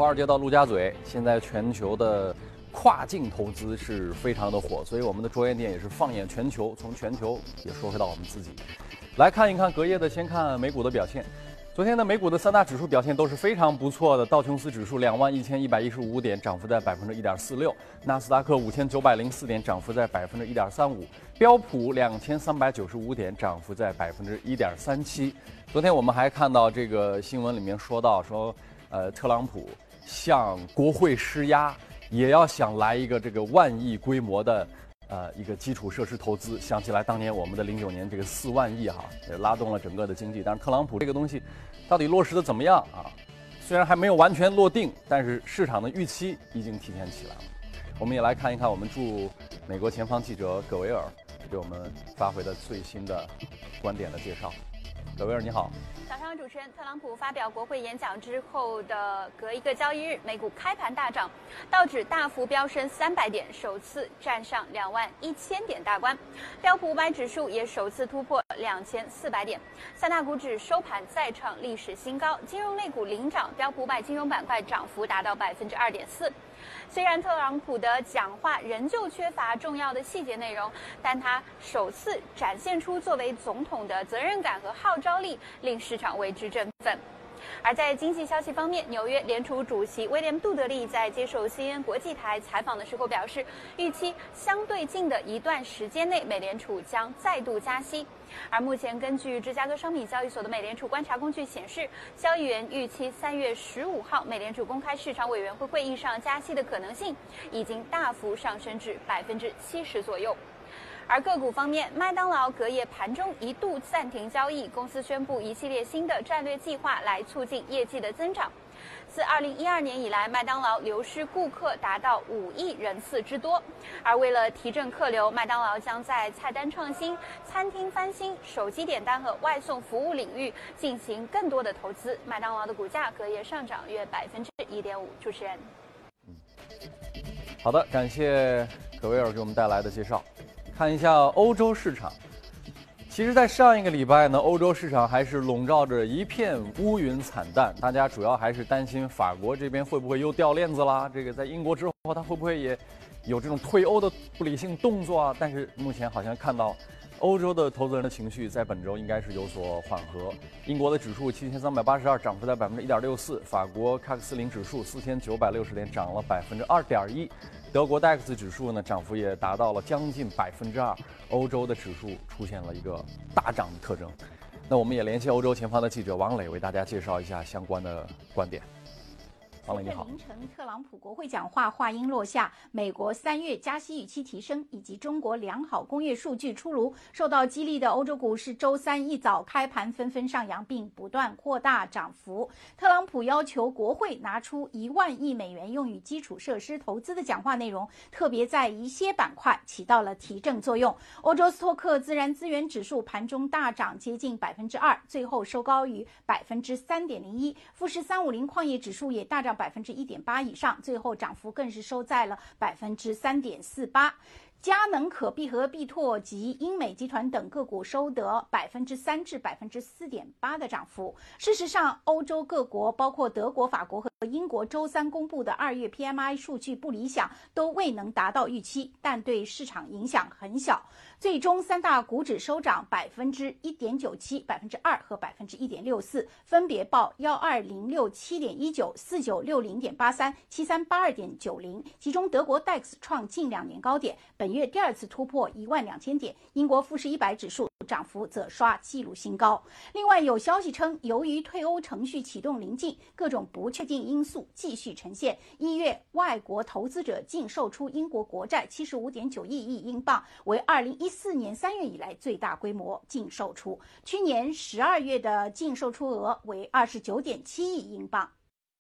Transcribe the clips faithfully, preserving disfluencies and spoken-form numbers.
华尔街到陆家嘴，现在全球的跨境投资是非常的火，所以我们的着眼点也是放眼全球，从全球也说回到我们自己，来看一看隔夜的。先看美股的表现。昨天的美股的三大指数表现都是非常不错的，道琼斯指数两万一千一百一十五点，涨幅在百分之一点四六；纳斯达克五千九百零四点，涨幅在百分之一点三五；标普两千三百九十五点，涨幅在百分之一点三七。昨天我们还看到这个新闻里面说到说，呃，特朗普向国会施压，也要想来一个这个万亿规模的。呃，一个基础设施投资，想起来当年我们的零九年这个四万亿哈，也拉动了整个的经济。但是特朗普这个东西，到底落实的怎么样啊？虽然还没有完全落定，但是市场的预期已经体现起来了。我们也来看一看我们驻美国前方记者葛维尔给我们发回的最新的观点的介绍。葛维尔，你好。 早上，主持人，特朗普发表国会演讲之后的隔一个交易日，美股开盘大涨，道指大幅飙升三百点，首次站上两万一千点大关；标普五百指数也首次突破两千四百点，三大股指收盘再创历史新高。金融类股领涨，标普五百金融板块涨幅达到百分之二点四。虽然特朗普的讲话仍旧缺乏重要的细节内容，但他首次展现出作为总统的责任感和号召力，令市场为之振奋。而在经济消息方面，纽约联储主席威廉·杜德利在接受 C N N 国际台采访的时候表示，预期相对近的一段时间内，美联储将再度加息。而目前根据芝加哥商品交易所的美联储观察工具显示，交易员预期三月十五号美联储公开市场委员会会议上加息的可能性已经大幅上升至百分之七十左右。而个股方面，麦当劳隔夜盘中一度暂停交易，公司宣布一系列新的战略计划来促进业绩的增长。自二零一二年以来，麦当劳流失顾客达到五亿人次之多。而为了提振客流，麦当劳将在菜单创新、餐厅翻新、手机点单和外送服务领域进行更多的投资。麦当劳的股价隔夜上涨约百分之一点五。主持人， 嗯，好的，感谢葛维尔给我们带来的介绍。看一下欧洲市场，其实，在上一个礼拜呢，欧洲市场还是笼罩着一片乌云惨淡，大家主要还是担心法国这边会不会又掉链子啦？这个在英国之后，他会不会也有这种退欧的不理性动作啊？但是目前好像看到，欧洲的投资人的情绪在本周应该是有所缓和。英国的指数七千三百八十二，涨幅在百分之一点六四；法国喀克斯林指数四千九百六十点，涨了百分之二点一。德国 D A X 指数呢，涨幅也达到了将近百分之二。欧洲的指数出现了一个大涨的特征。那我们也联系欧洲前方的记者王磊，为大家介绍一下相关的观点。王磊，你好。 凌晨，特朗普国会讲话话音落下，美国三月加息预期提升，以及中国良好工业数据出炉，受到激励的欧洲股市周三一早开盘纷纷上扬，并不断扩大涨幅。特朗普要求国会拿出一万亿美元用于基础设施投资的讲话内容，特别在一些板块起到了提振作用。欧洲斯托克自然资源指数盘中大涨接近百分之二，最后收高于百分之三点零一。富时三五零矿业指数也大涨百分之一点八以上，最后涨幅更是收在了百分之三点四八。佳能可闭和必拓及英美集团等个股收得百分之三至百分之四点八的涨幅。事实上，欧洲各国包括德国、法国和英国周三公布的二月 P M I 数据不理想，都未能达到预期，但对市场影响很小。最终三大股指收涨百分之一点九七、百分之二和百分之一点六四，分别报幺二零六七点一九、四九六零点八三、七三八二点九零。其中德国 D A X 创近两年高点，本月第二次突破一万两千点。英国富时一百指数涨幅则刷纪录新高。另外有消息称，由于退欧程序启动临近，各种不确定因素继续呈现。一月，外国投资者净售出英国国债七十五点九亿亿英镑，为二零一四年三月以来最大规模净售出。去年十二月的净售出额为二十九点七亿英镑。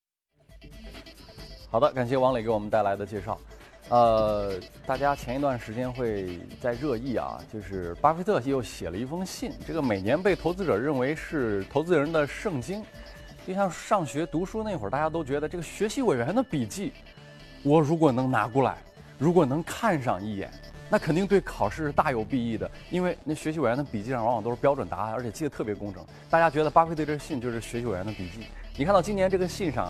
好的，感谢王磊给我们带来的介绍。呃，大家前一段时间会在热议啊，就是巴菲特又写了一封信，这个每年被投资者认为是投资人的圣经，就像上学读书那会儿，大家都觉得这个学习委员的笔记，我如果能拿过来，如果能看上一眼，那肯定对考试是大有裨益的，因为那学习委员的笔记上往往都是标准答案，而且记得特别工整。大家觉得巴菲特这信就是学习委员的笔记。你看到今年这个信上啊，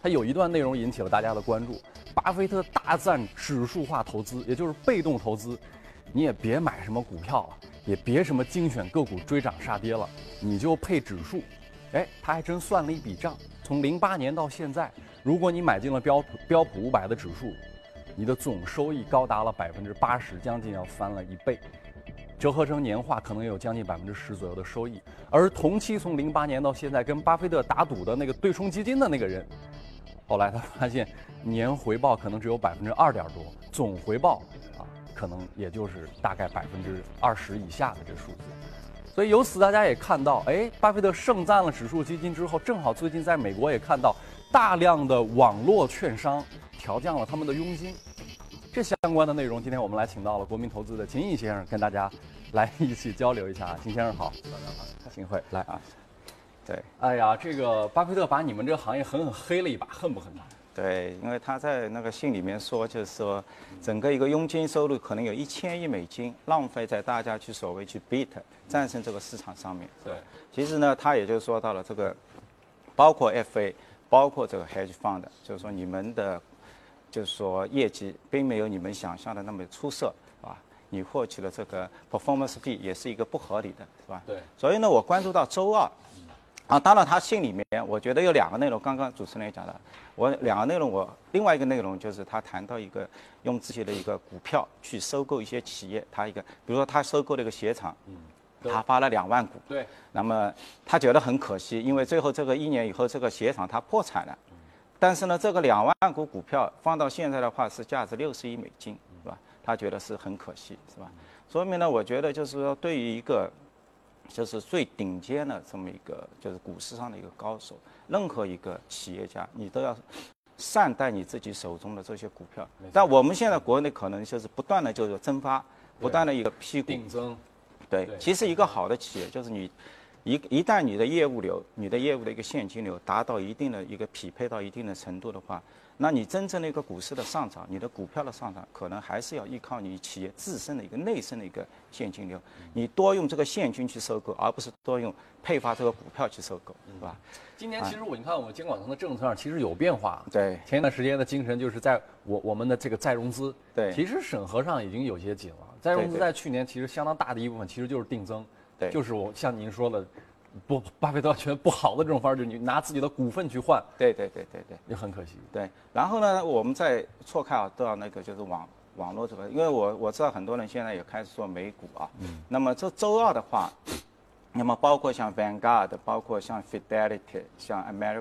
他有一段内容引起了大家的关注。巴菲特大赞指数化投资，也就是被动投资，你也别买什么股票了，也别什么精选个股追涨杀跌了，你就配指数。哎，他还真算了一笔账，从零八年到现在，如果你买进了标普标普五百的指数，你的总收益高达了百分之八十，将近要翻了一倍。折合成年化可能有将近百分之十左右的收益，而同期从零八年到现在跟巴菲特打赌的那个对冲基金的那个人，后来他发现年回报可能只有百分之二点多，总回报啊可能也就是大概百分之二十以下的这数字。所以由此大家也看到，哎，巴菲特盛赞了指数基金之后，正好最近在美国也看到大量的网络券商调降了他们的佣金。这相关的内容，今天我们来请到了国民投资的秦毅先生，跟大家来一起交流一下。秦先生好，大家好，幸会来啊。 对， 哎呀，这个巴菲特把你们这个行业狠狠黑了一把，恨不恨呐？ 对，因为他在那个信里面说，就是说，整个一个佣金收入可能有一千亿美金浪费在大家去所谓去 beat 战胜这个市场上面。 对， 其实呢，他也就说到了这个，包括 F A， 包括这个 hedge fund， 就是说你们的。就是说，业绩并没有你们想象的那么出色，是吧？你获取了这个 performance fee 也是一个不合理的，是吧？ 对。 所以呢，我关注到周二，啊，当然他信里面我觉得有两个内容，刚刚主持人也讲了，我两个内容我另外一个内容就是他谈到一个用自己的一个股票去收购一些企业，他一个比如说他收购了一个鞋厂，嗯，他发了两万股， 对。 那么他觉得很可惜，因为最后这个一年以后这个鞋厂它破产了。但是呢，这个两万股股票放到现在的话是价值六十亿美金，是吧？他觉得是很可惜，是吧？说明呢，我觉得就是说，对于一个就是最顶尖的这么一个就是股市上的一个高手，任何一个企业家，你都要善待你自己手中的这些股票。但我们现在国内可能就是不断的就是增发，不断的一个批股定增。 对，其实一个好的企业就是你。一一旦你的业务流、你的业务的一个现金流达到一定的一个匹配到一定的程度的话，那你真正的一个股市的上涨，你的股票的上涨，可能还是要依靠你企业自身的一个内生的一个现金流。你多用这个现金去收购，而不是多用配发这个股票去收购，是吧？ 今年其实我你看我们监管层的政策上其实有变化。 对， 前一段时间的精神就是在我我们的这个再融资， 对， 其实审核上已经有些紧了。再融资在去年其实相当大的一部分其实就是定增。 对， 就是我像您说的，不，巴菲特觉得不好的这种方式，就是你拿自己的股份去换。 对对对对对， 也很可惜。 对，然后呢，我们再错开啊，到那个就是网网络这个，因为我我知道很多人现在也开始做美股啊。嗯。那么这周二的话，那么包括像 Vanguard， 包括像 Fidelity， 像 American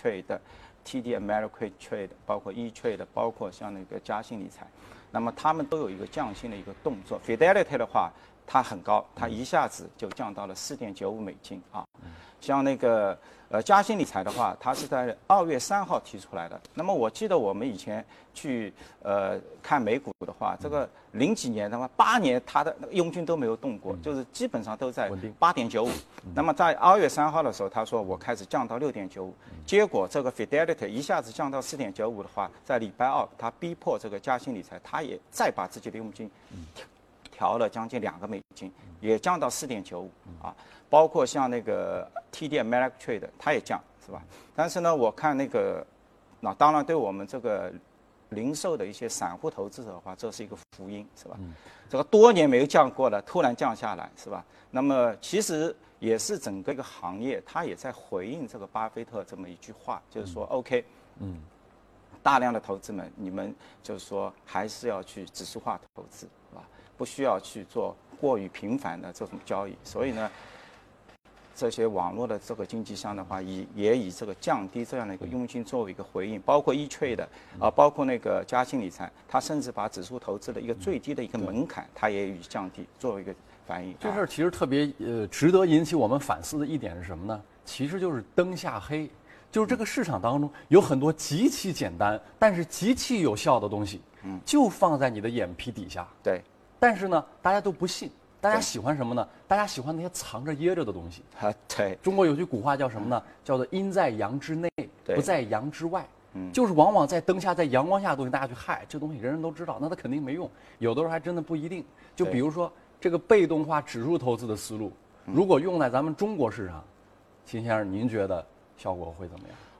Trade、T D American Trade， 包括 E-Trade， 包括像那个嘉信理财，那么他们都有一个降薪的一个动作。Fidelity 的话。它很高，它一下子就降到了四点九五美金啊。像那个呃嘉信理财的话，它是在二月三号提出来的。那么我记得我们以前去呃看美股的话，这个零几年的话，八年它的佣金都没有动过，就是基本上都在八点九五。那么在二月三号的时候，他说我开始降到六点九五，结果这个 Fidelity 一下子降到四点九五的话，在礼拜二他逼迫这个嘉信理财，他也再把自己的佣金。调了将近两个美金，也降到四点九五啊，包括像那个 T D American Trade 它也降，是吧？但是呢，我看那个，那当然对我们这个零售的一些散户投资者的话，这是一个福音，是吧？这个多年没有降过了，突然降下来，是吧？那么其实也是整个一个行业，它也在回应这个巴菲特这么一句话，就是说 OK， 嗯，大量的投资们，你们就是说还是要去指数化投资，是吧？不需要去做过于频繁的这种交易，所以呢，这些网络的这个经纪商的话，以也以这个降低这样的一个佣金作为一个回应，包括 E-Trade 的啊，包括那个嘉信理财，它甚至把指数投资的一个最低的一个门槛，它也予以降低，作为一个反应。 这事儿其实特别呃值得引起我们反思的一点是什么呢？其实就是灯下黑，就是这个市场当中有很多极其简单但是极其有效的东西，嗯，就放在你的眼皮底下。 对。 但是呢，大家都不信，大家喜欢什么呢？大家喜欢那些藏着掖着的东西。 啊，对。 中国有句古话叫什么呢？叫做“阴在阳之内，不在阳之外”。 嗯， 就是往往在灯下、在阳光下的东西，大家去嗨，这东西人人都知道，那它肯定没用。有的时候还真的不一定。就比如说这个被动化指数投资的思路，如果用在咱们中国市场，秦先生，您觉得效果会怎么样？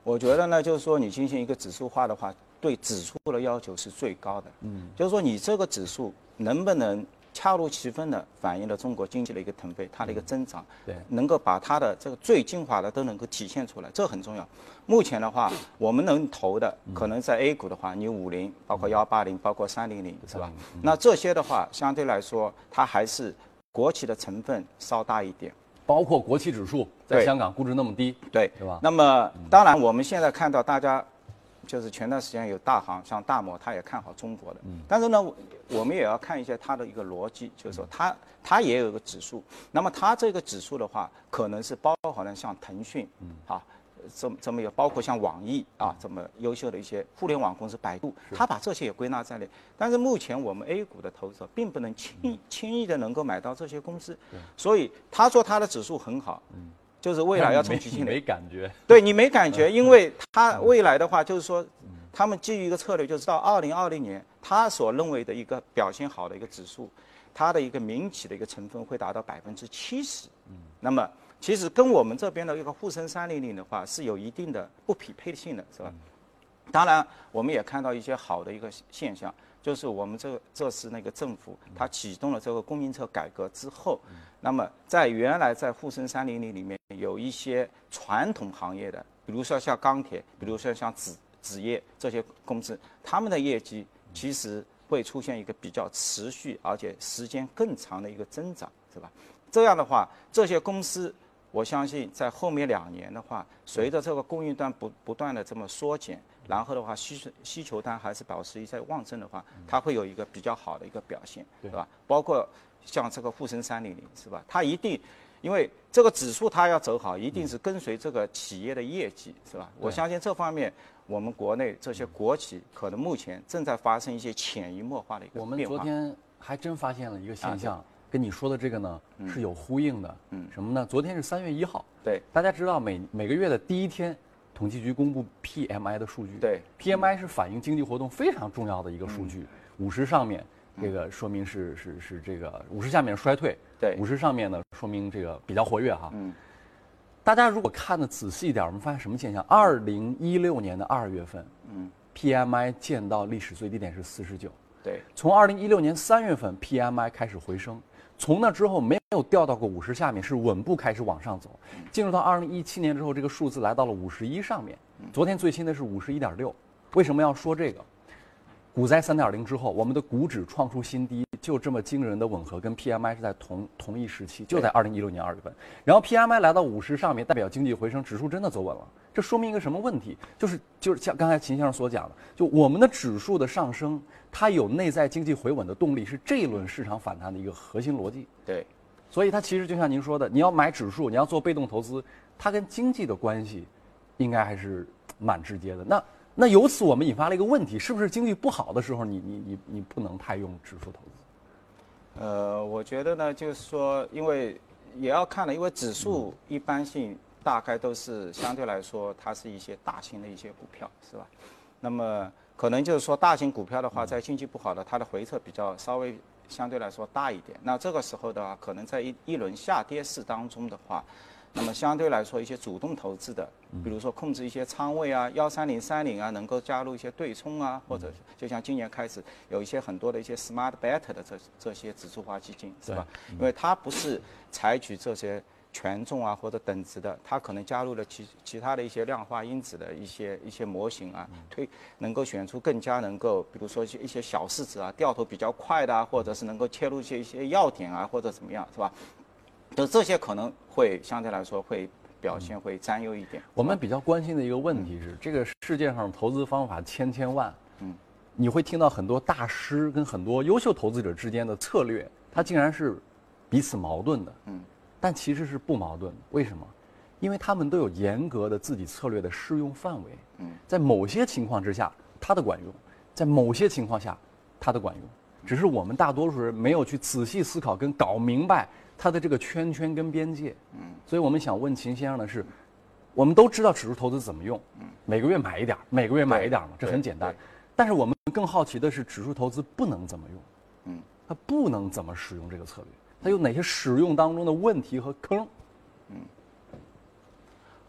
我觉得呢，就是说你进行一个指数化的话，对指数的要求是最高的。嗯，就是说你这个指数能不能恰如其分的反映了中国经济的一个腾飞，它的一个增长， 对， 能够把它的这个最精华的都能够体现出来，这很重要。目前的话，我们能投的可能在 A 股的话，你五零，包括幺八零，包括三零零，是吧？那这些的话，相对来说，它还是国企的成分稍大一点。 包括国企指数在香港估值那么低， 对， 对吧？ 那么当然，我们现在看到大家，就是前段时间有大行，像大摩，他也看好中国的。嗯。但是呢，我们也要看一下它的一个逻辑，就是说它它也有一个指数，那么它这个指数的话，可能是包含了像腾讯，嗯，啊，这么这么有，包括像网易啊这么优秀的一些互联网公司，百度，它把这些也归纳在内。但是目前我们 A 股的投资者并不能轻轻易的能够买到这些公司，所以他说他的指数很好，嗯，就是未来要从几千年没感觉， 对你没感觉，因为他未来的话就是说，他们基于一个策略，就是到二零二零年，他所认为的一个表现好的一个指数，它的一个民企的一个成分会达到百分之七十，嗯，那么。其实跟我们这边的一个沪深三零零的话是有一定的不匹配性的，是吧？当然，我们也看到一些好的一个现象，就是我们这这次那个政府它启动了这个公民车改革之后，那么在原来在沪深三零零里面有一些传统行业的，比如说像钢铁，比如说像纸纸业这些公司，他们的业绩其实会出现一个比较持续而且时间更长的一个增长，是吧？这样的话，这些公司。我相信在后面两年的话，随着这个供应端不不断的这么缩减，然后的话需求需求端还是保持一再旺盛的话，它会有一个比较好的一个表现，对吧？包括像这个沪深三零零，是吧？它一定，因为这个指数它要走好，一定是跟随这个企业的业绩，是吧？我相信这方面，我们国内这些国企可能目前正在发生一些潜移默化的一个变化。 我们昨天还真发现了一个现象。啊跟你说的这个呢、嗯、是有呼应的，嗯，什么呢？昨天是三月一号， 对， 大家知道每每个月的第一天，统计局公布 P M I 的数据， 对 ，P M I 是反映经济活动非常重要的一个数据，五十、嗯、上面这个说明是是是这个五十下面衰退， 对， 五十上面呢说明这个比较活跃哈，嗯，大家如果看得仔细一点，我们发现什么现象？二零一六年的二月份，嗯 ，P M I 见到历史最低点是四十九， 对， 从二零一六年三月份 P M I 开始回升。从那之后没有掉到过五十下面，是稳步开始往上走。进入到二零一七年之后，这个数字来到了五十一上面。昨天最新的是五十一点六。为什么要说这个？股灾三点零之后，我们的股指创出新低，就这么惊人的吻合，跟 P M I 是在同同一时期，就在二零一六年二月份。然后 P M I 来到五十上面，代表经济回升，指数真的走稳了。这说明一个什么问题？就是就是像刚才秦先生所讲的，就我们的指数的上升。它有内在经济回稳的动力，是这一轮市场反弹的一个核心逻辑。 对， 所以它其实就像您说的，你要买指数，你要做被动投资，它跟经济的关系应该还是蛮直接的。那那由此我们引发了一个问题，是不是经济不好的时候，你你你你不能太用指数投资？ 呃，我觉得呢，就是说，因为也要看了，因为指数一般性大概都是相对来说，它是一些大型的一些股票，是吧？那么。可能就是说，大型股票的话，在经济不好的，它的回撤比较稍微相对来说大一点。那这个时候的话，可能在一一轮下跌市当中的话，那么相对来说，一些主动投资的，比如说控制一些仓位啊，幺三零三零啊，能够加入一些对冲啊，或者就像今年开始有一些很多的一些 smart beta 的这这些指数化基金，是吧？因为它不是采取这些。权重啊或者等值的，它可能加入了其其他的一些量化因子的一些一些模型啊，推能够选出更加能够，比如说一些一些小市值啊，掉头比较快的啊，或者是能够切入一些一些要点啊，或者怎么样，是吧？就这些可能会相对来说会表现会占优一点。 我们比较关心的一个问题是，这个世界上投资方法千千万，嗯，你会听到很多大师跟很多优秀投资者之间的策略，它竟然是彼此矛盾的，嗯。但其实是不矛盾的，为什么？因为他们都有严格的自己策略的适用范围。嗯，在某些情况之下，它的管用；在某些情况下，它的管用。只是我们大多数人没有去仔细思考跟搞明白它的这个圈圈跟边界。嗯，所以我们想问秦先生的是，我们都知道指数投资怎么用，嗯，每个月买一点，每个月买一点嘛，这很简单。但是我们更好奇的是，指数投资不能怎么用？嗯，它不能怎么使用这个策略？它有哪些使用当中的问题和坑？嗯，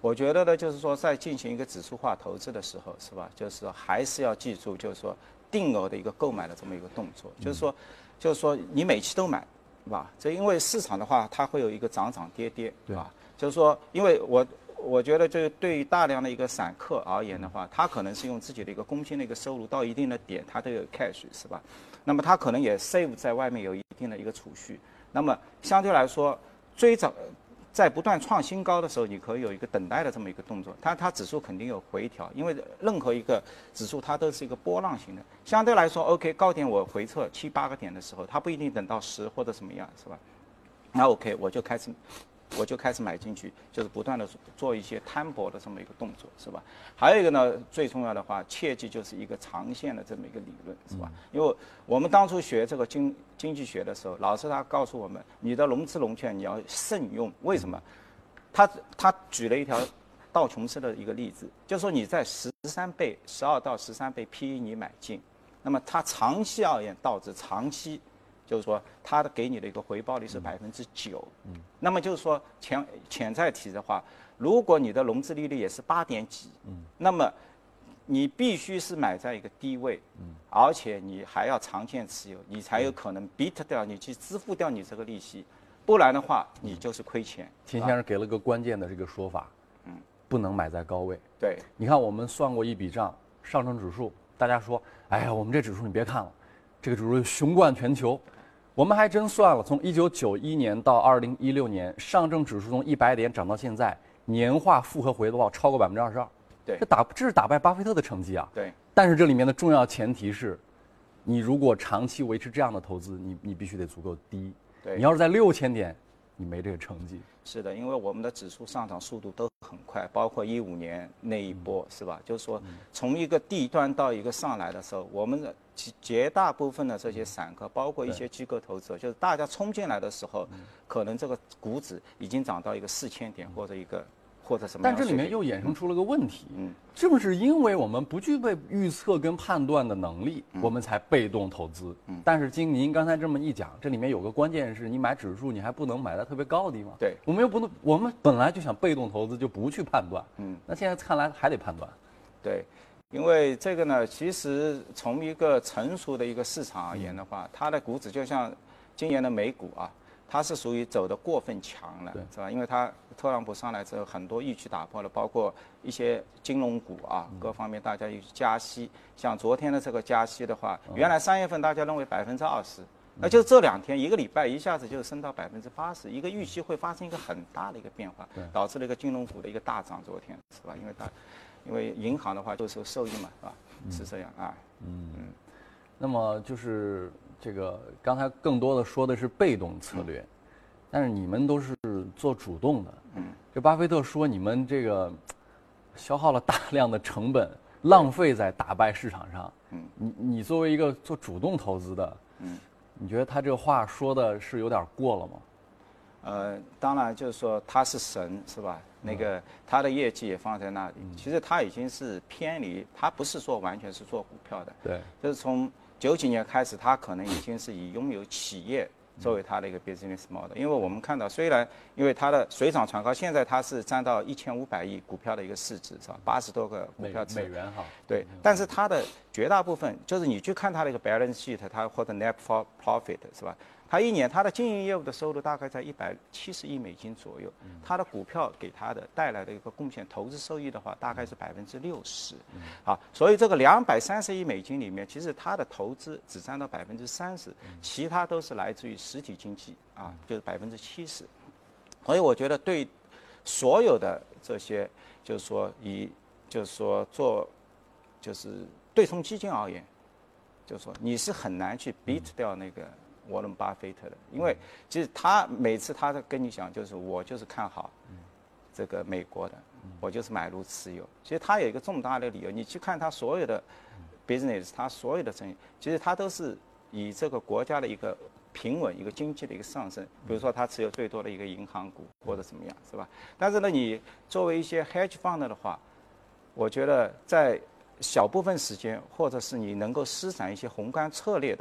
我觉得呢，就是说在进行一个指数化投资的时候，是吧？就是说还是要记住，就是说定额的一个购买的这么一个动作，嗯、就是说，就是说你每期都买，是吧？这因为市场的话，它会有一个涨涨跌跌，对吧？就是说，因为我我觉得，这对于大量的一个散客而言的话，他可能是用自己的一个工薪的一个收入到一定的点，他都有 cash， 是吧？那么他可能也 save 在外面有一定的一个储蓄，那么相对来说追涨。在不断创新高的时候，你可以有一个等待的这么一个动作，它它指数肯定有回调，因为任何一个指数它都是一个波浪型的。相对来说 ，OK 高点我回撤七八个点的时候，它不一定等到十或者什么样，是吧？那 OK 我就开始我就开始买进去，就是不断的做一些摊薄的这么一个动作，是吧？还有一个呢，最重要的话，切记就是一个长线的这么一个理论，是吧？因为我们当初学这个经经济学的时候，老师他告诉我们，你的融资融券你要慎用，为什么？他他举了一条道琼斯的一个例子，就是说你在十三倍、十二到十三倍 P E 你买进，那么它长期而言导致长期。就是说，它的给你的一个回报率是百分之九，嗯，那么就是说潜潜在题的话，如果你的融资利率也是八点几，嗯，那么你必须是买在一个低位，嗯，而且你还要长线持有，你才有可能 beat 掉你去支付掉你这个利息，不然的话你就是亏钱。 秦先生给了个关键的这个说法，嗯，不能买在高位。 对， 你看我们算过一笔账，上证指数，大家说，哎呀，我们这指数你别看了，这个指数雄冠全球。我们还真算了，从一九九一年到二零一六年，上证指数从一百点涨到现在，年化复合回报超过百分之二十二。 对， 这打这是打败巴菲特的成绩啊。 对。 但是这里面的重要前提是，你如果长期维持这样的投资，你你必须得足够低。 对。 你要是在六千点，你没这个成绩。 是的，因为我们的指数上涨速度都很快，包括一五年那一波，嗯、是吧？就是说，从一个地端到一个上来的时候，我们的绝大部分的这些散客，包括一些机构投资者，就是大家冲进来的时候，嗯、可能这个股指已经涨到一个四千点或者一个或者什么。 但这里面又衍生出了个问题，嗯，正是因为我们不具备预测跟判断的能力，嗯、我们才被动投资。嗯，但是经您刚才这么一讲，这里面有个关键是你买指数，你还不能买在特别高的地方。 对， 我们又不能，我们本来就想被动投资，就不去判断。嗯，那现在看来还得判断。 对。因为这个呢，其实从一个成熟的一个市场而言的话，它的股指就像今年的美股啊，它是属于走得过分强了，是吧？因为它特朗普上来之后，很多预期打破了，包括一些金融股啊，各方面大家预期加息。像昨天的这个加息的话，原来三月份大家认为百分之二十，那就这两天一个礼拜一下子就升到百分之八十，一个预期会发生一个很大的一个变化，导致了一个金融股的一个大涨。昨天是吧？因为它。因为银行的话就是受益嘛，是吧？嗯、是这样啊。 嗯嗯。那么就是这个刚才更多的说的是被动策略，嗯、但是你们都是做主动的。嗯。这巴菲特说你们这个消耗了大量的成本，浪费在打败市场上。嗯。你你作为一个做主动投资的，嗯，你觉得他这个话说的是有点过了吗？ 呃，当然就是说他是神，是吧？那个他的业绩也放在那里，嗯、其实他已经是偏离，他不是说完全是做股票的， 对， 就是从九几年开始，他可能已经是以拥有企业作为他的一个 business model。因为我们看到，虽然因为他的水涨船高，现在他是占到一千五百亿股票的一个市值，是吧？八十多个股票美美元哈， 对，但是他的绝大部分就是你去看他的一个 balance sheet， 他或者 net profit 是吧？他一年他的经营业务的收入大概在一百七十亿美金左右，他的股票给他的带来的一个贡献，投资收益的话大概是百分之六十，啊，所以这个两百三十亿美金里面，其实他的投资只占到百分之三十，其他都是来自于实体经济啊，就是百分之七十。所以我觉得对所有的这些，就是说以就是说做就是对冲基金而言，就是说你是很难去 beat 掉那个沃伦巴菲特的，因为其实他每次他在跟你讲，就是我就是看好这个美国的，我就是买入持有。其实他有一个重大的理由，你去看他所有的 business， 他所有的生意，其实他都是以这个国家的一个平稳、一个经济的一个上升。比如说他持有最多的一个银行股或者怎么样，是吧？但是呢，你作为一些 hedge fund 的话，我觉得在小部分时间，或者是你能够施展一些宏观策略的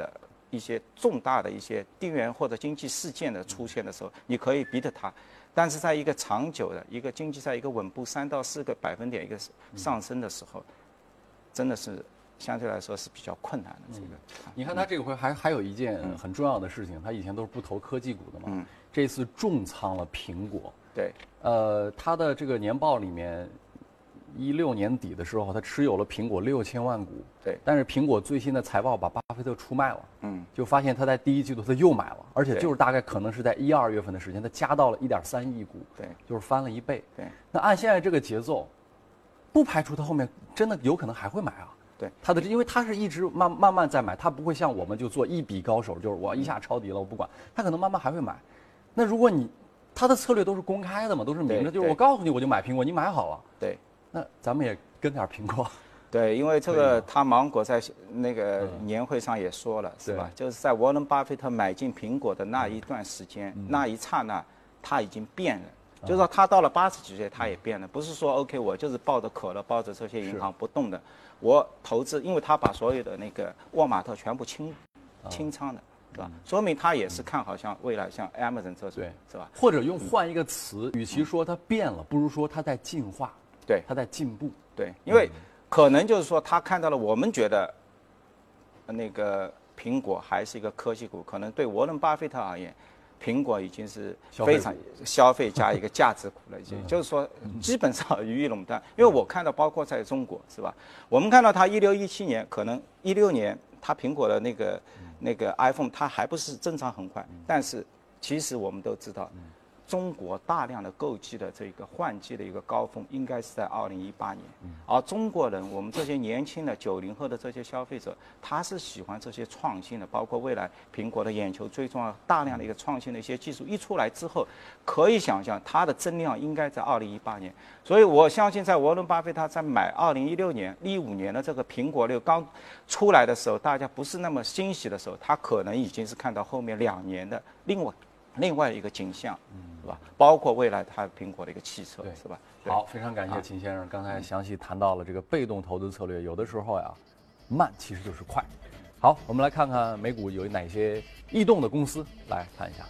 一些重大的一些地缘或者经济事件的出现的时候，你可以逼得它。但是在一个长久的一个经济在一个稳步三到四个百分点一个上升的时候，真的是相对来说是比较困难的。这个， 嗯、你看他这个回还还有一件很重要的事情，他以前都是不投科技股的嘛， 嗯， 这次重仓了苹果。 对， 呃，他的这个年报里面，一六年底的时候，他持有了苹果六千万股。 对， 但是苹果最新的财报把巴菲特出卖了。 嗯， 就发现他在第一季度他又买了，而且就是大概可能是在一二月份的时间，他加到了一点三亿股。 对， 就是翻了一倍。 对， 那按现在这个节奏，不排除他后面真的有可能还会买啊。 对， 他的因为他是一直慢慢慢在买，他不会像我们就做一笔高手，就是我一下抄底了我不管，他可能慢慢还会买。那如果你他的策略都是公开的嘛，都是明着，就是我告诉你我就买苹果，你买好了。 对， 那咱们也跟点苹果。 对，因为这个他芒果在那个年会上也说了，是吧？就是在沃伦巴菲特买进苹果的那一段时间，那一刹那，他已经变了。就是说，他到了八十几岁，他也变了。不是说 OK， 我就是抱着可乐，抱着这些银行不动的，我投资，因为他把所有的那个沃尔玛特全部清清仓的，是吧？说明他也是看好像未来像 Amazon 这种，是吧？ 或者用换一个词，与其说它变了，不如说它在进化， 对， 它在进步， 对，因为可能就是说他看到了我们觉得那个苹果还是一个科技股，可能对沃伦巴菲特而言。苹果已经是非常消费加一个价值股了，已经就是说基本上予以垄断。因为我看到，包括在中国，是吧？我们看到它一六一七年，可能一六年它苹果的那个那个 iPhone 它还不是增长很快，但是其实我们都知道，中国大量的购机的这个换机的一个高峰应该是在二零一八年，而中国人我们这些年轻的九零后的这些消费者，他是喜欢这些创新的，包括未来苹果的眼球追踪啊，大量的一个创新的一些技术一出来之后，可以想象它的增量应该在二零一八年。所以我相信，在沃伦巴菲特在买二零一六年、一五年的这个苹果六刚出来的时候，大家不是那么欣喜的时候，他可能已经是看到后面两年的另外另外一个景象。是吧？包括未来它苹果的一个汽车，是吧？ 好，非常感谢秦先生，刚才详细谈到了这个被动投资策略，有的时候呀，慢其实就是快。好，我们来看看美股有哪些异动的公司，来看一下。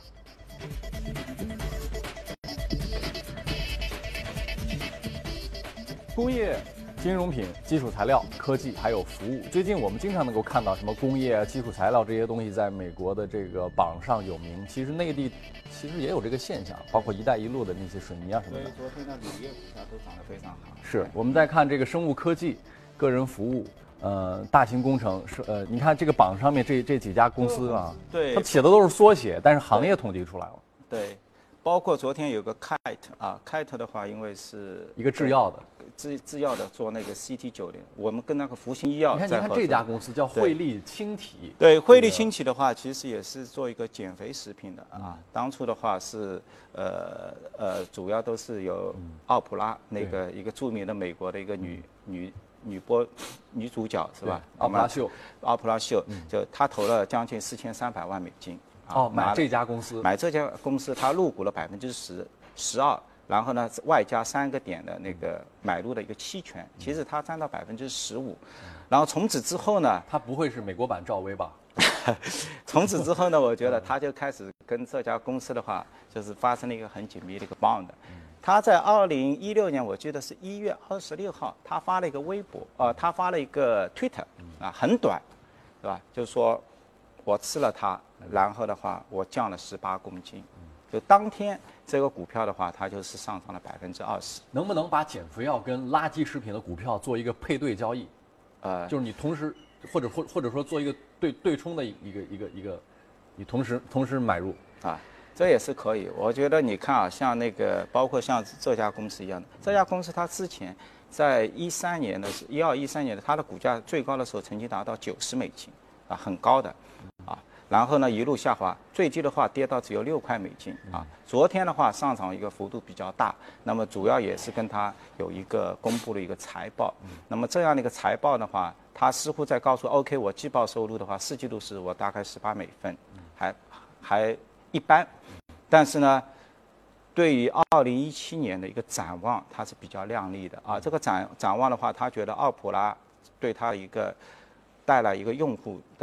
工业、金融品、基础材料、科技还有服务，最近我们经常能够看到什么工业、基础材料这些东西在美国的这个榜上有名。其实内地其实也有这个现象，包括“一带一路”的那些水泥啊什么的。 所以昨天的铝业股价都涨得非常好。 是，我们再看这个生物科技、个人服务、呃，大型工程是呃，你看这个榜上面这这几家公司啊， 对， 它写的都是缩写，但是行业统计出来了。 对，包括昨天有个 Kite 啊 ，Kite 的话，因为是一个制药的。 制制药的做那个 C T 九零，我们跟那个福星医药你看，你看这家公司叫汇利轻体。 对，汇利轻体的话，其实也是做一个减肥食品的啊。当初的话是呃呃，主要都是由奥普拉那个一个著名的美国的一个女女女播女主角是吧？ 奥普拉秀。 奥普拉秀，就她投了将近四千三百万美金。 哦，买这家公司。 买这家公司，她入股了百分之十十二。然后呢，外加三个点的那个买入的一个期权，其实它占到百分之十五。然后从此之后呢， 它不会是美国版赵薇吧？ 从此之后呢，我觉得他就开始跟这家公司的话，就是发生了一个很紧密的一个 bond。他在二零一六年，我记得是一月二十六号，他发了一个微博，呃，他发了一个 Twitter， 啊，很短，是吧？就是说我吃了它，然后的话我降了十八公斤。就当天这个股票的话，它就是上涨了百分之二十。 能不能把减肥药跟垃圾食品的股票做一个配对交易？呃，就是你同时或者或或者说做一个对对冲的一个一个一个，你同时同时买入啊，这也是可以。我觉得你看啊，像那个包括像这家公司一样的，这家公司它之前在一三年的一二一三年的，它的股价最高的时候曾经达到九十美金，啊，很高的，啊。然后呢，一路下滑，最低的话跌到只有六块美金啊。昨天的话上涨一个幅度比较大，那么主要也是跟它有一个公布了一个财报。那么这样的一个财报的话，它似乎在告诉 OK， 我季报收入的话，四季度是我大概十八美分，还还一般。但是呢，对于二零一七年的一个展望，它是比较亮丽的啊。这个展展望的话，他觉得奥普拉对他一个带来一个用户的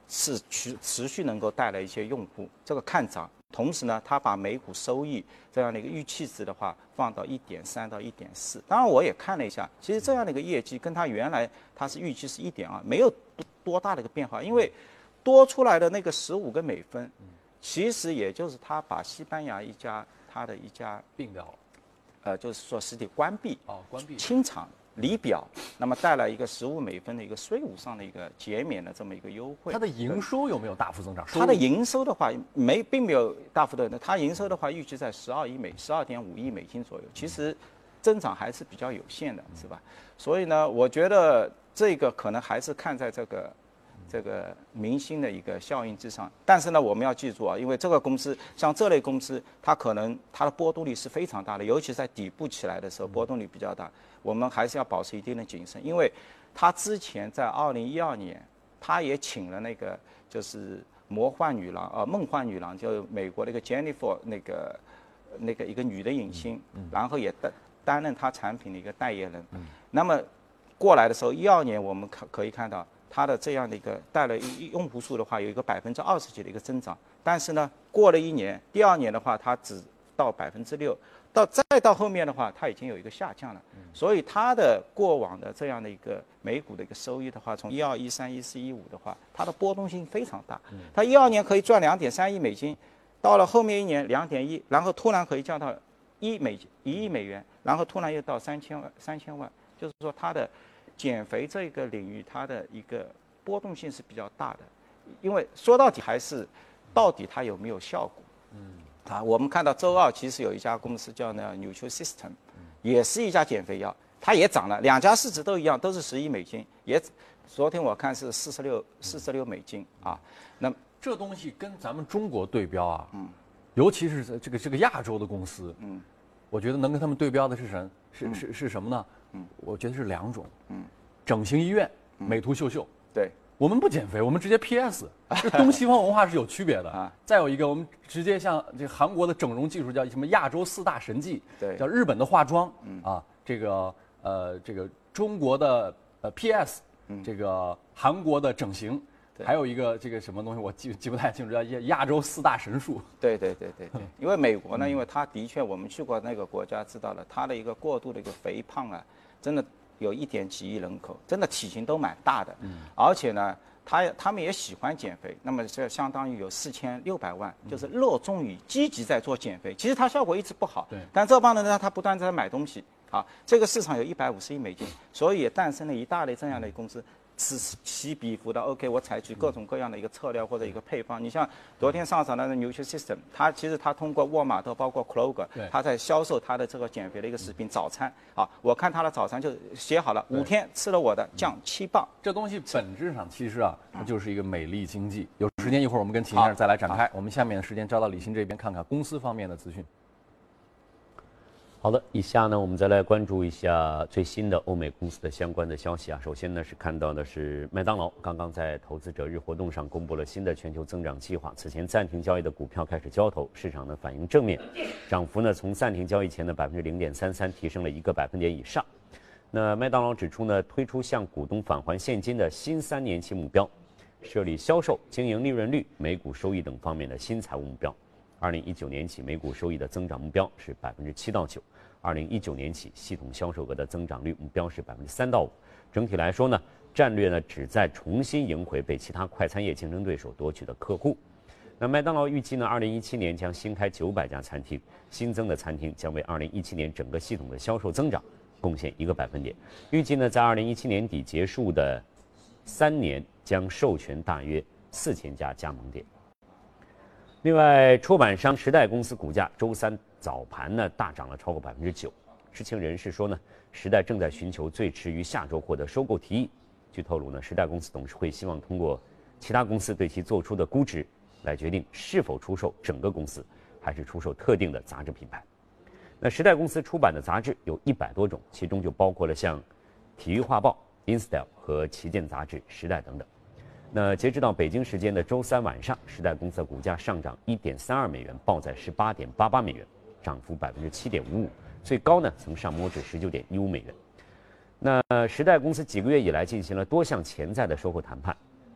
是持持续能够带来一些用户，这个看涨。同时呢，它把每股收益这样的一个预期值的话放到一点三到一点四。当然，我也看了一下，其实这样的一个业绩跟它原来它是预期是一点二，没有多多大的一个变化，因为多出来的那个十五个美分，其实也就是他把西班牙一家他的一家并掉了， 呃，就是说实体关闭哦，关闭清场。离表，那么带来一个十五美分的一个税务上的一个减免的这么一个优惠。 它的营收有没有大幅增长？ 它的营收的话没并没有大幅的，它营收的话预计在十二亿美十二点五亿美金左右，其实增长还是比较有限的，是吧？所以呢，我觉得这个可能还是看在这个这个明星的一个效应之上。但是呢，我们要记住啊，因为这个公司像这类公司，它可能它的波动率是非常大的，尤其在底部起来的时候，波动率比较大。我们还是要保持一定的谨慎，因为他之前在二零一二年，他也请了那个就是魔幻女郎呃梦幻女郎，就是美国的一个 Jennifer 那个那个一个女的影星，然后也担担任他产品的一个代言人。那么过来的时候，一二年我们可可以看到它的这样的一个带来用户数的话有一个百分之二十几的一个增长，但是呢，过了一年，第二年的话，它只到百分之六。到再到后面的话，它已经有一个下降了，所以它的过往的这样的一个每股的一个收益的话，从一二、一三、一四、一五的话，它的波动性非常大。它一二年可以赚两点三亿美金，到了后面一年两点一，然后突然可以降到一美一亿美元，然后突然又到三千万三千万，就是说它的减肥这个领域，它的一个波动性是比较大的，因为说到底还是到底它有没有效果。嗯。啊，我们看到周二其实有一家公司叫呢 Nutrisystem， 也是一家减肥药，它也涨了，两家市值都一样，都是十亿美金，也昨天我看是四十六四十六美金啊。那这东西跟咱们中国对标啊，嗯，尤其是这个这个亚洲的公司，嗯，我觉得能跟他们对标的是什是、嗯、是是什么呢？嗯，我觉得是两种，嗯，整形医院，美图秀秀， 对。 我们不减肥，我们直接 P S， 这东西方文化是有区别的。啊、再有一个，我们直接像这韩国的整容技术叫什么亚洲四大神技， 对， 叫日本的化妆，嗯、啊，这个呃这个中国的呃 P S，、嗯、这个韩国的整形，还有一个这个什么东西我记记不太清楚，叫亚亚洲四大神术。 对对对对对，因为美国呢，因为它的确我们去过那个国家知道了，它的一个过度的一个肥胖啊，真的。有一点几亿人口，真的体型都蛮大的，嗯、而且呢，他他们也喜欢减肥。那么这相当于有四千六百万，嗯、就是热衷于积极在做减肥。其实它效果一直不好， 对。 但这帮人呢，他不断在买东西，啊，这个市场有一百五十亿美金，所以也诞生了一大类这样的公司。此起彼伏的 ，OK， 我采取各种各样的一个策略或者一个配方。你像昨天上涨的那 Nutrisystem， 它其实它通过沃尔玛特包括 Kroger， 它在销售它的这个减肥的一个食品早餐。啊，我看它的早餐就写好了，五天吃了我的降七磅。 这东西本质上其实啊，它就是一个美丽经济。有时间一会儿我们跟秦先生再来展开。我们下面的时间交到李欣这边看看公司方面的资讯。 好的，以下呢，我们再来关注一下最新的欧美公司的相关的消息啊。首先呢，是看到的是麦当劳刚刚在投资者日活动上公布了新的全球增长计划，此前暂停交易的股票开始交投，市场呢反应正面，涨幅呢从暂停交易前的百分之零点三三提升了一个百分点以上。那麦当劳指出呢，推出向股东返还现金的新三年期目标，设立销售、经营利润率、每股收益等方面的新财务目标。二零一九年起，每股收益的增长目标是百分之七到九。二零一九年起，系统销售额的增长率目标是百分之三到五。整体来说呢，战略呢旨在重新赢回被其他快餐业竞争对手夺取的客户。那麦当劳预计呢，二零一七年将新开九百家餐厅，新增的餐厅将为二零一七年整个系统的销售增长贡献一个百分点。预计呢，在二零一七年底结束的三年将授权大约四千家加盟店。另外，出版商时代公司股价周三早盘呢大涨了超过百分之九。知情人士说呢，时代正在寻求最迟于下周获得收购提议。据透露呢，时代公司董事会希望通过其他公司对其做出的估值来决定是否出售整个公司，还是出售特定的杂志品牌。那时代公司出版的杂志有一百多种，其中就包括了像体育画报、InStyle 和旗舰杂志《时代》等等。那截止到北京时间的周三晚上，时代公司的股价上涨一点三二美元，报在十八点八八美元，涨幅百分之七点五五，最高呢曾上摸至十九点一五美元。那时代公司几个月以来进行了多项潜在的收购谈判，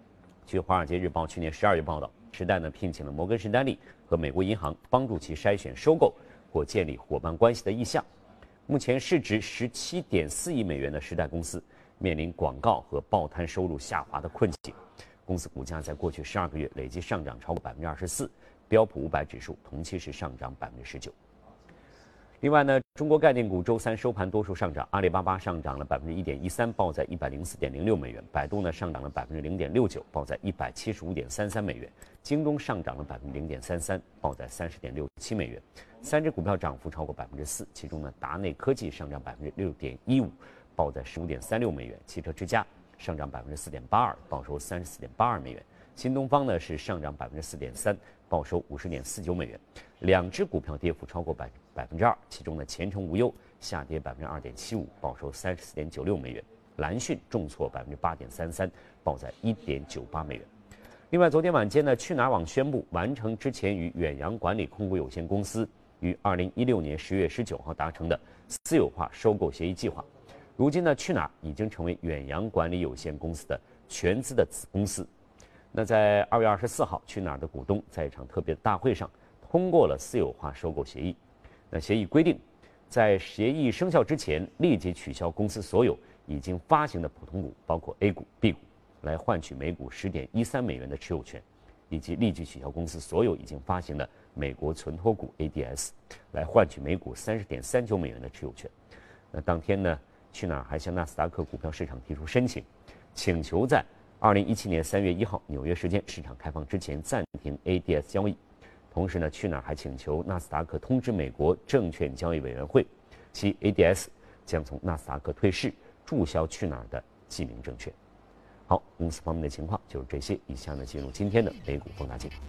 据《华尔街日报》去年十二月报道，时代呢聘请了摩根士丹利和美国银行，帮助其筛选收购或建立伙伴关系的意向。目前市值十七点四亿美元的时代公司，面临广告和报摊收入下滑的困境。公司股价在过去十二个月累计上涨超过百分之二十四，标普五百指数同期是上涨百分之十九。另外呢，中国概念股周三收盘多数上涨，阿里巴巴上涨了百分之一点一三，报在一百零四点零六美元；百度呢上涨了百分之零点六九，报在一百七十五点三三美元；京东上涨了百分之零点三三，报在三十点六七美元。三只股票涨幅超过百分之四，其中呢，达内科技上涨百分之六点一五，报在十五点三六美元；汽车之家上涨百分之四点八二，报收三十四点八二美元；新东方呢是上涨百分之四点三，报收五十点四九美元。两只股票跌幅超过百百分之二，其中呢，前程无忧下跌百分之二点七五，报收三十四点九六美元；蓝讯重挫百分之八点三三，报在一点九八美元。另外，昨天晚间呢，去哪儿网宣布完成之前与远洋管理控股有限公司于二零一六年十月十九号达成的私有化收购协议计划。如今呢，去哪儿已经成为远洋管理有限公司的全资的子公司。那在二月二十四号，去哪儿的股东在一场特别的大会上通过了私有化收购协议。那协议规定，在协议生效之前，立即取消公司所有已经发行的普通股，包括 A 股、B 股，来换取每股十点一三美元的持有权，以及立即取消公司所有已经发行的美国存托股 A D S， 来换取每股三十点三九美元的持有权。那当天呢，去哪儿还向纳斯达克股票市场提出申请，请求在二零一七年三月一号纽约时间市场开放之前暂停 A D S 交易。同时呢，去哪儿还请求纳斯达克通知美国证券交易委员会，其 A D S 将从纳斯达克退市，注销去哪儿的记名证券。好，公司方面的情况就是这些。以下呢，进入今天的美股放大镜。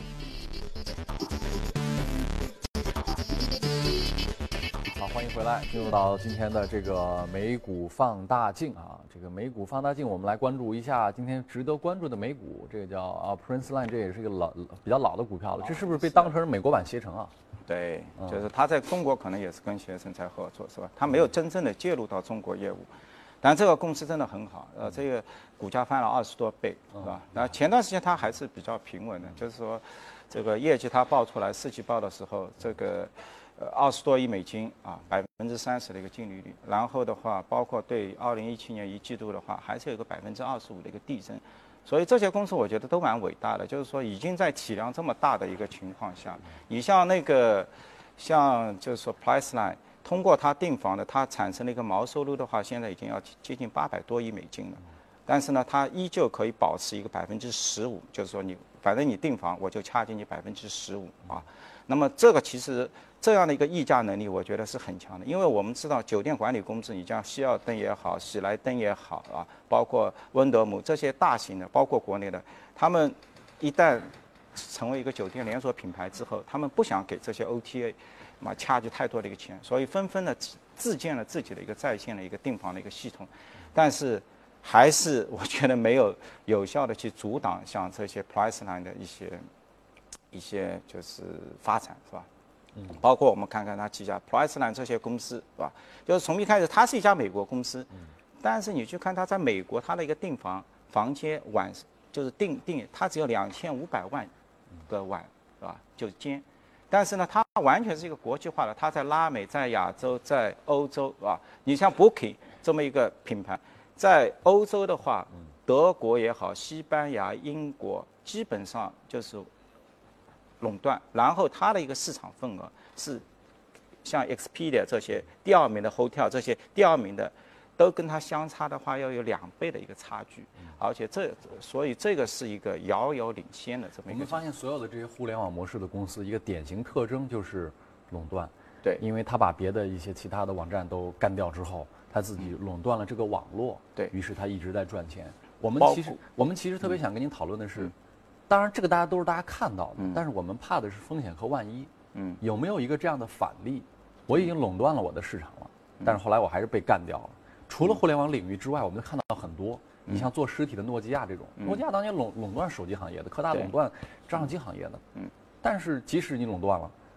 好，欢迎回来，进入到今天的这个美股放大镜啊。这个美股放大镜，我们来关注一下今天值得关注的美股。这个叫啊 Princeline， 这也是一个老比较老的股票了。这是不是被当成美国版携程啊？ 对，就是它在中国可能也是跟携程在合作，是吧？它没有真正的介入到中国业务。但这个公司真的很好，呃，这个股价翻了二十多倍，是吧？然后前段时间它还是比较平稳的，就是说，这个业绩它报出来，四季报的时候，这个呃二十多亿美金啊，百分之三十的一个净利率，然后的话，包括对二零一七年一季度的话，还是有一个百分之二十五的一个递增，所以这些公司我觉得都蛮伟大的，就是说已经在体量这么大的一个情况下，你像那个，像就是说 Priceline。通过它订房的，它产生了一个毛收入的话，现在已经要接近八百多亿美金了。但是呢，它依旧可以保持一个百分之十五，就是说你反正你订房，我就掐进你百分之十五啊。那么这个其实这样的一个议价能力，我觉得是很强的。因为我们知道酒店管理公司，你像希尔顿也好，喜来登也好啊，包括温德姆这些大型的，包括国内的，他们一旦成为一个酒店连锁品牌之后，他们不想给这些 O T A。嘛，掐取太多的一个钱，所以纷纷的自建了自己的一个在线的一个订房的一个系统，但是还是我觉得没有有效的去阻挡像这些 Priceline 的一些一些就是发展，是吧？嗯，包括我们看看它旗下 Priceline 这些公司，是吧？就是从一开始它是一家美国公司，但是你去看它在美国它的一个订房房间晚就是订订它只有两千五百万个晚，是吧？就间。但是呢，它完全是一个国际化的，它在拉美、在亚洲、在欧洲啊。你像 Booking 这么一个品牌，在欧洲的话，德国也好，西班牙、英国基本上就是垄断，然后它的一个市场份额是像 Expedia 这些第二名的 Hotel 这些第二名的，都跟它相差的话要有两倍的一个差距，而且这所以这个是一个遥遥领先的这么一个。 我们发现所有的这些互联网模式的公司，一个典型特征就是垄断。 对， 因为他把别的一些其他的网站都干掉之后，他自己垄断了这个网络， 对于是他一直在赚钱。我们其实我们其实特别想跟您讨论的是，嗯、当然这个大家都是大家看到的，嗯、但是我们怕的是风险和万一。嗯，有没有一个这样的反例？我已经垄断了我的市场了，但是后来我还是被干掉了。除了互联网领域之外，我们就看到很多，你像做实体的诺基亚这种，诺基亚当年垄垄断手机行业的，柯达垄断照相机行业的，嗯，但是即使你垄断了，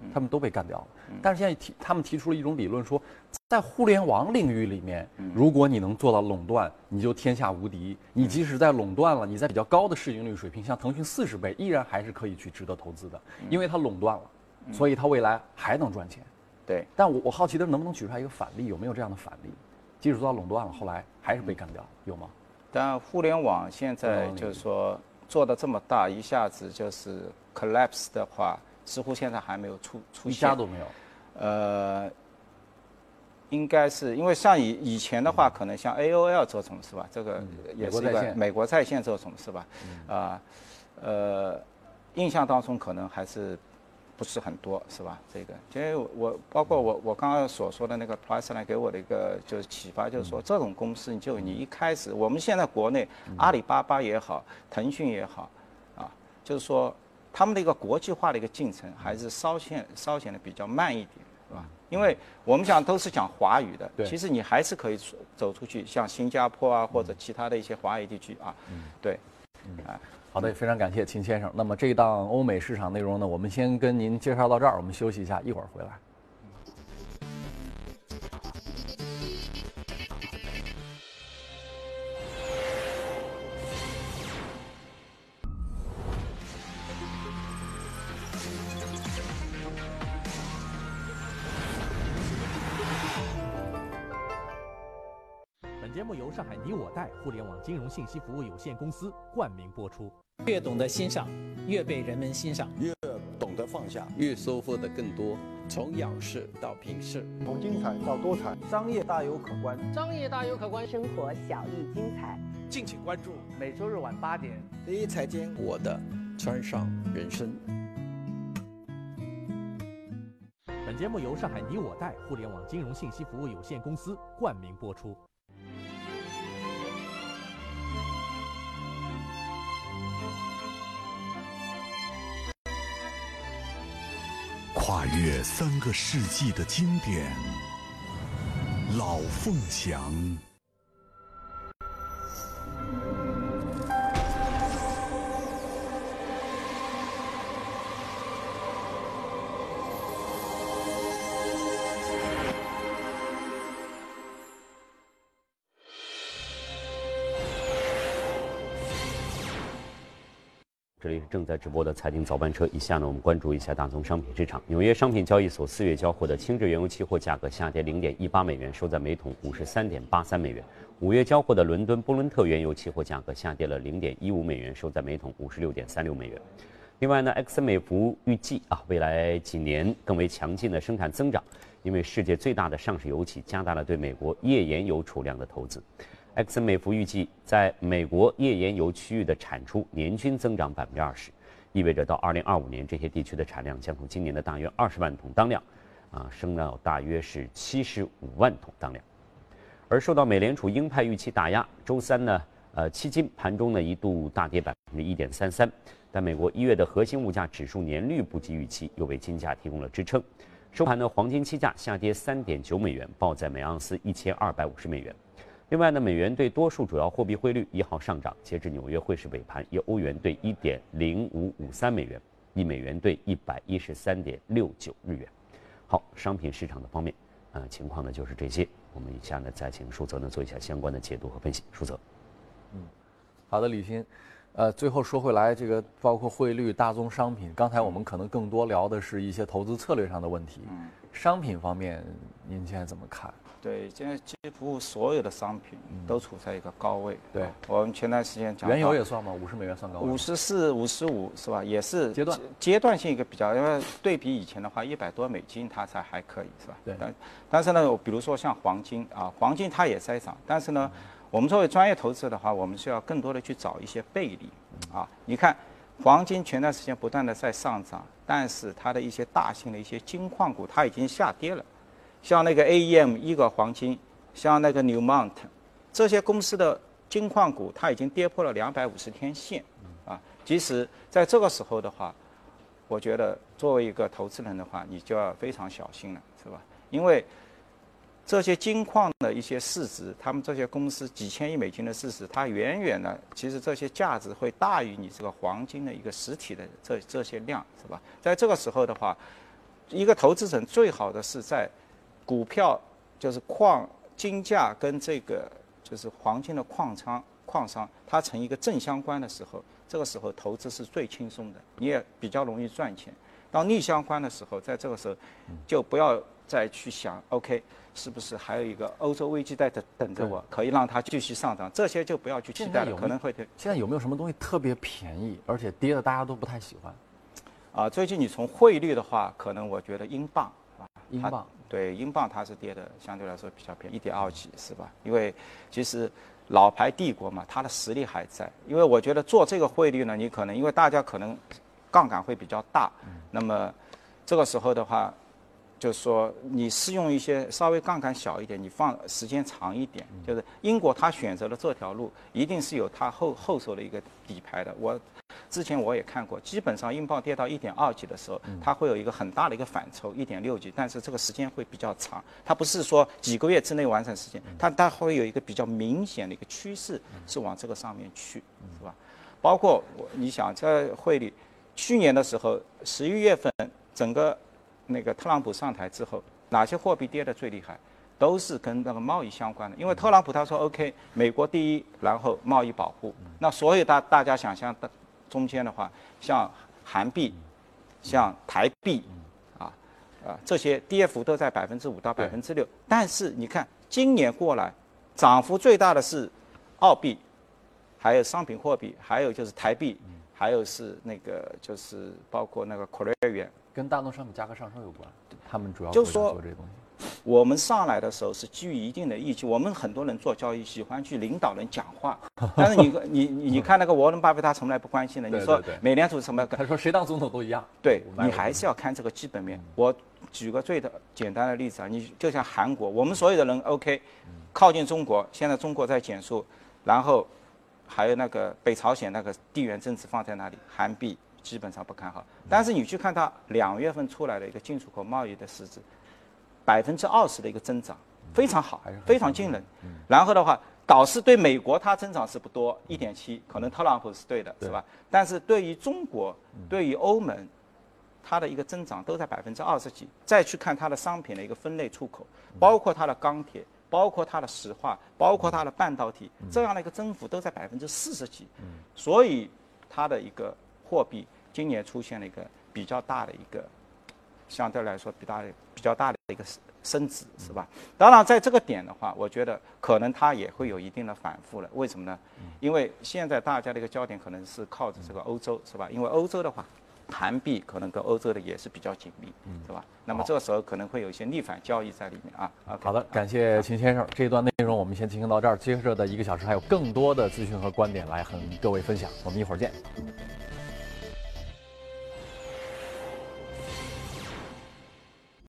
他们都被干掉了。但是现在提他们提出了一种理论说，在互联网领域里面，如果你能做到垄断，你就天下无敌。你即使在垄断了，你在比较高的市盈率水平，像腾讯四十倍，依然还是可以去值得投资的，因为它垄断了，所以它未来还能赚钱。 对。 但我我好奇的是，能不能举出来一个反例？有没有这样的反例？即使做到垄断了，后来还是被干掉，有吗？ 但互联网现在就是说做的这么大，一下子就是 collapse 的话，似乎现在还没有出出现， 一家都没有。 呃，应该是因为像以以前的话，可能像 A O L 这种是吧？这个也是一个美国在线这种是吧？啊，呃，印象当中可能还是不是很多是吧？这个，因为我包括我我刚刚所说的那个 Priceline 给我的一个就是启发，就是说这种公司，你就你一开始，我们现在国内阿里巴巴也好，腾讯也好，啊，就是说他们的一个国际化的一个进程还是稍显稍显的比较慢一点，是吧？因为我们讲都是讲华语的，其实你还是可以走出去，像新加坡啊或者其他的一些华语地区啊，对，啊。 好的，非常感谢秦先生。那么这一档欧美市场内容呢，我们先跟您介绍到这儿，我们休息一下，一会儿回来。 本节目由上海你我贷互联网金融信息服务有限公司冠名播出。 越懂得欣赏，越被人们欣赏； 越懂得放下， 越收获的更多。从仰视到平视， 从精彩到多彩， 商业大有可观， 商业大有可观， 生活小艺精彩。 敬请关注每周日晚八点， 第一财经我的川上人生。 本节目由上海你我贷互联网金融信息服务有限公司冠名播出。 跨越三个世纪的经典，老凤祥。 这里是正在直播的财经早班车。以下呢，我们关注一下大宗商品市场。纽约商品交易所四月交货的轻质原油期货价格下跌零点一八美元，收在每桶五十三点八三美元。五月交货的伦敦布伦特原油期货价格下跌了零点一五美元，收在每桶五十六点三六美元。另外呢，埃克森美孚预计啊，未来几年更为强劲的生产增长，因为世界最大的上市油企加大了对美国页岩油储量的投资。埃克森美孚预计在美国页岩油区域的产出年均增长百分之二十，意味着到二零二五年，这些地区的产量将从今年的大约二十万桶当量，啊，升到大约是七十五万桶当量。而受到美联储鹰派预期打压，周三呢，呃，期金盘中呢一度大跌百分之一点三三，但美国一月的核心物价指数年率不及预期，又为金价提供了支撑。收盘呢，黄金期价下跌三点九美元，报在每盎司一千二百五十美元。另外呢，美元对多数主要货币汇率一号上涨，截至纽约汇市尾盘，以欧元兑一点零五五三美元，一美元兑一百一十三点六九日元。好，商品市场的方面，呃，情况呢就是这些。我们以下呢再请舒泽呢做一下相关的解读和分析。舒泽， 嗯，好的，李欣。呃，最后说回来，这个包括汇率、大宗商品，刚才我们可能更多聊的是一些投资策略上的问题。嗯，商品方面，您现在怎么看？ 对，现在几乎所有的商品都处在一个高位。 对， 我们前段时间讲原油也算吗？五十美元算高位？ 五十四、五十五是吧？也是阶段阶段性一个比较，因为对比以前的话，一百多美金它才还可以是吧？ 对。 但但是呢，比如说像黄金啊，黄金它也在涨，但是呢，我们作为专业投资者的话，我们是要更多的去找一些背离啊。你看，黄金前段时间不断的在上涨，但是它的一些大型的一些金矿股它已经下跌了。像那个 A E M 伊格黄金，像那个 Newmont， 这些公司的金矿股，它已经跌破了两百五十天线，啊，即使在这个时候的话，我觉得作为一个投资人的话，你就要非常小心了，是吧？因为这些金矿的一些市值，他们这些公司几千亿美金的市值，它远远的，其实这些价值会大于你这个黄金的一个实体的这这些量，是吧？在这个时候的话， 一个投资者最好的是在股票，就是矿金价跟这个就是黄金的矿仓矿商，它成一个正相关的时候，这个时候投资是最轻松的，你也比较容易赚钱。到逆相关的时候，在这个时候就不要再去想 OK 是不是还有一个欧洲危机在等等着我，可以让它继续上涨，这些就不要去期待了，可能会对。 现在有没有什么东西特别便宜，而且跌的大家都不太喜欢？ 啊，最近你从汇率的话，可能我觉得英镑啊， 英镑对英镑它是跌的相对来说比较便宜，一点二几是吧？因为其实老牌帝国嘛，它的实力还在。因为我觉得做这个汇率呢，你可能因为大家可能杠杆会比较大，那么这个时候的话，就是说你适用一些稍微杠杆小一点，你放时间长一点，就是英国它选择了这条路，一定是有它后后手的一个底牌的。我之前我也看过，基本上英镑跌到一点二几的时候，它会有一个很大的一个反抽，一点六几，但是这个时间会比较长，它不是说几个月之内完成时间，它它会有一个比较明显的一个趋势是往这个上面去，是吧？包括你想在汇率，去年的时候十一月份整个那个特朗普上台之后，哪些货币跌得最厉害？都是跟那个贸易相关的，因为特朗普他说 OK， 美国第一，然后贸易保护，那所有大大家想象的中间的话，像韩币、像台币，啊啊这些跌幅都在百分之五到百分之六。但是你看今年过来，涨幅最大的是澳币，还有商品货币，还有就是台币，还有是那个就是包括那个 Korea 元， 跟大宗商品价格上升有关，他们主要就是说做这些东西。 我们上来的时候是基于一定的预期，我们很多人做交易喜欢去领导人讲话，但是你你你你看那个沃伦巴菲特他从来不关心的，你说美联储什么？ 他说谁当总统都一样。 对你还是要看这个基本面。我举个最的简单的例子啊，你就像韩国，我们所有的人 OK， 靠近中国，现在中国在减速，然后还有那个北朝鲜那个地缘政治放在那里，韩币基本上不看好。但是你去看它两月份出来的一个进出口贸易的实质。百分之二十的一个增长，非常好，非常惊人。然后的话，导致对美国它增长是不多，一点七，可能特朗普是对的，是吧？但是对于中国，对于欧盟，它的一个增长都在百分之二十几。再去看它的商品的一个分类出口，包括它的钢铁，包括它的石化，包括它的半导体，这样的一个增幅都在百分之四十几。所以它的一个货币今年出现了一个比较大的一个。相对来说比大比较大的一个升值，是吧？当然，在这个点的话，我觉得可能它也会有一定的反复了。为什么呢？因为现在大家的一个焦点可能是靠着这个欧洲，是吧？因为欧洲的话，韩币可能跟欧洲的也是比较紧密，是吧？那么这个时候可能会有一些逆反交易在里面啊。 好的，感谢秦先生。这一段内容我们先进行到这儿，接着的一个小时还有更多的资讯和观点来和各位分享。我们一会儿见。